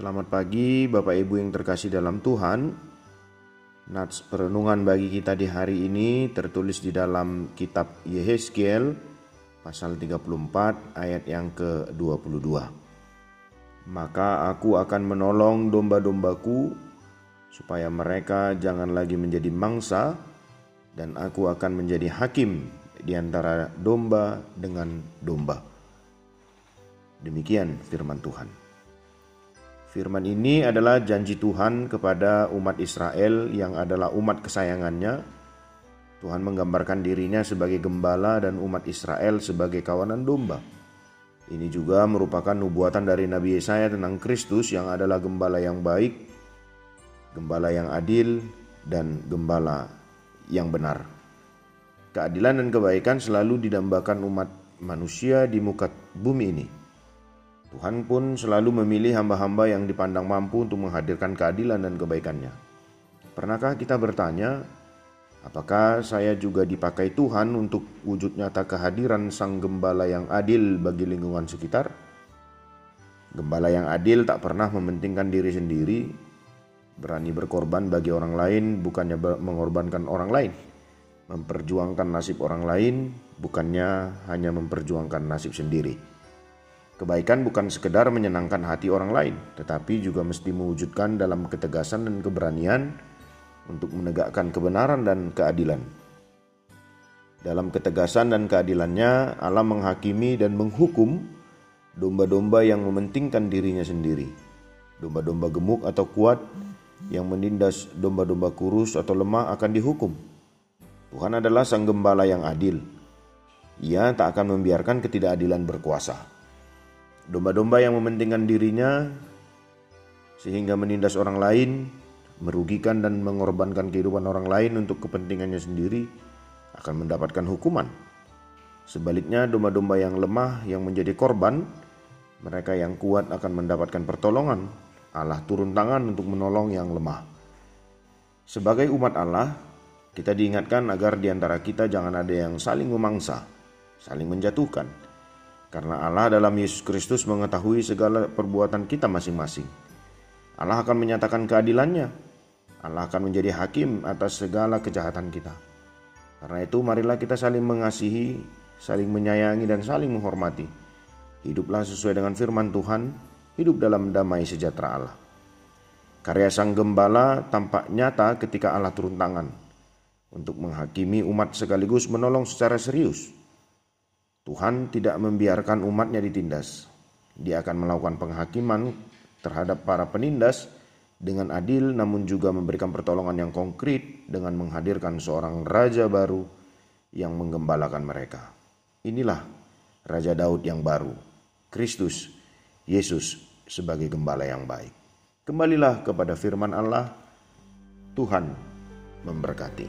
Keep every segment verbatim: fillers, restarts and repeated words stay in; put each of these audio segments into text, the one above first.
Selamat pagi Bapak Ibu yang terkasih dalam Tuhan. Nats perenungan bagi kita di hari ini tertulis di dalam kitab Yehezkiel pasal tiga puluh empat ayat yang ke dua puluh dua. Maka aku akan menolong domba-dombaku supaya mereka jangan lagi menjadi mangsa, dan aku akan menjadi hakim di antara domba dengan domba. Demikian firman Tuhan. Firman ini adalah janji Tuhan kepada umat Israel yang adalah umat kesayangannya. Tuhan menggambarkan dirinya sebagai gembala dan umat Israel sebagai kawanan domba. Ini juga merupakan nubuatan dari Nabi Yesaya tentang Kristus yang adalah gembala yang baik, gembala yang adil, dan gembala yang benar. Keadilan dan kebaikan selalu didambakan umat manusia di muka bumi ini. Tuhan pun selalu memilih hamba-hamba yang dipandang mampu untuk menghadirkan keadilan dan kebaikannya. Pernahkah kita bertanya, apakah saya juga dipakai Tuhan untuk wujud nyata kehadiran Sang Gembala yang adil bagi lingkungan sekitar? Gembala yang adil tak pernah mementingkan diri sendiri, berani berkorban bagi orang lain, bukannya mengorbankan orang lain, memperjuangkan nasib orang lain, bukannya hanya memperjuangkan nasib sendiri. Kebaikan bukan sekedar menyenangkan hati orang lain, tetapi juga mesti mewujudkan dalam ketegasan dan keberanian untuk menegakkan kebenaran dan keadilan. Dalam ketegasan dan keadilannya, Allah menghakimi dan menghukum domba-domba yang mementingkan dirinya sendiri. Domba-domba gemuk atau kuat yang menindas domba-domba kurus atau lemah akan dihukum. Tuhan adalah Sang Gembala yang adil. Ia tak akan membiarkan ketidakadilan berkuasa. Domba-domba yang mementingkan dirinya sehingga menindas orang lain, merugikan dan mengorbankan kehidupan orang lain untuk kepentingannya sendiri akan mendapatkan hukuman. Sebaliknya, domba-domba yang lemah yang menjadi korban, mereka yang kuat akan mendapatkan pertolongan. Allah turun tangan untuk menolong yang lemah. Sebagai umat Allah, kita diingatkan agar di antara kita jangan ada yang saling memangsa, saling menjatuhkan. Karena Allah dalam Yesus Kristus mengetahui segala perbuatan kita masing-masing. Allah akan menyatakan keadilannya. Allah akan menjadi hakim atas segala kejahatan kita. Karena itu marilah kita saling mengasihi, saling menyayangi dan saling menghormati. Hiduplah sesuai dengan firman Tuhan, hidup dalam damai sejahtera Allah. Karya Sang Gembala tampak nyata ketika Allah turun tangan untuk menghakimi umat sekaligus menolong secara serius. Tuhan tidak membiarkan umatnya ditindas. Dia akan melakukan penghakiman terhadap para penindas dengan adil, namun juga memberikan pertolongan yang konkret dengan menghadirkan seorang raja baru yang menggembalakan mereka. Inilah Raja Daud yang baru, Kristus, Yesus sebagai gembala yang baik. Kembalilah kepada firman Allah. Tuhan memberkati.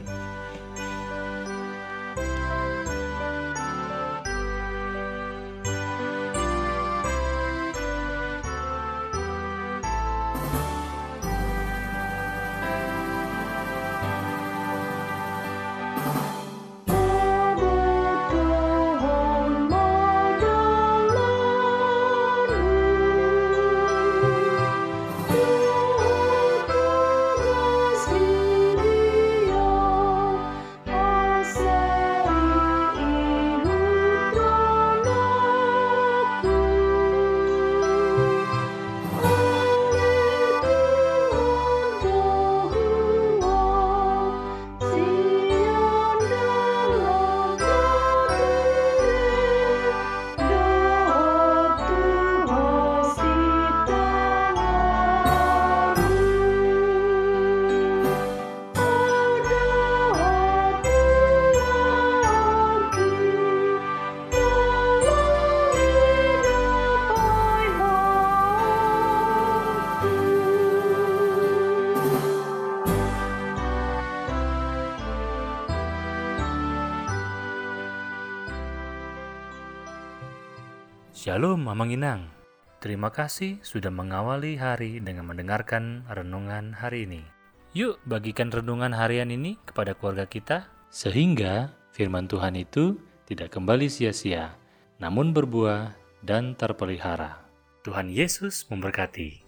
Shalom Mamang Inang. Terima kasih sudah mengawali hari dengan mendengarkan renungan hari ini. Yuk bagikan renungan harian ini kepada keluarga kita, sehingga firman Tuhan itu tidak kembali sia-sia, namun berbuah dan terpelihara. Tuhan Yesus memberkati.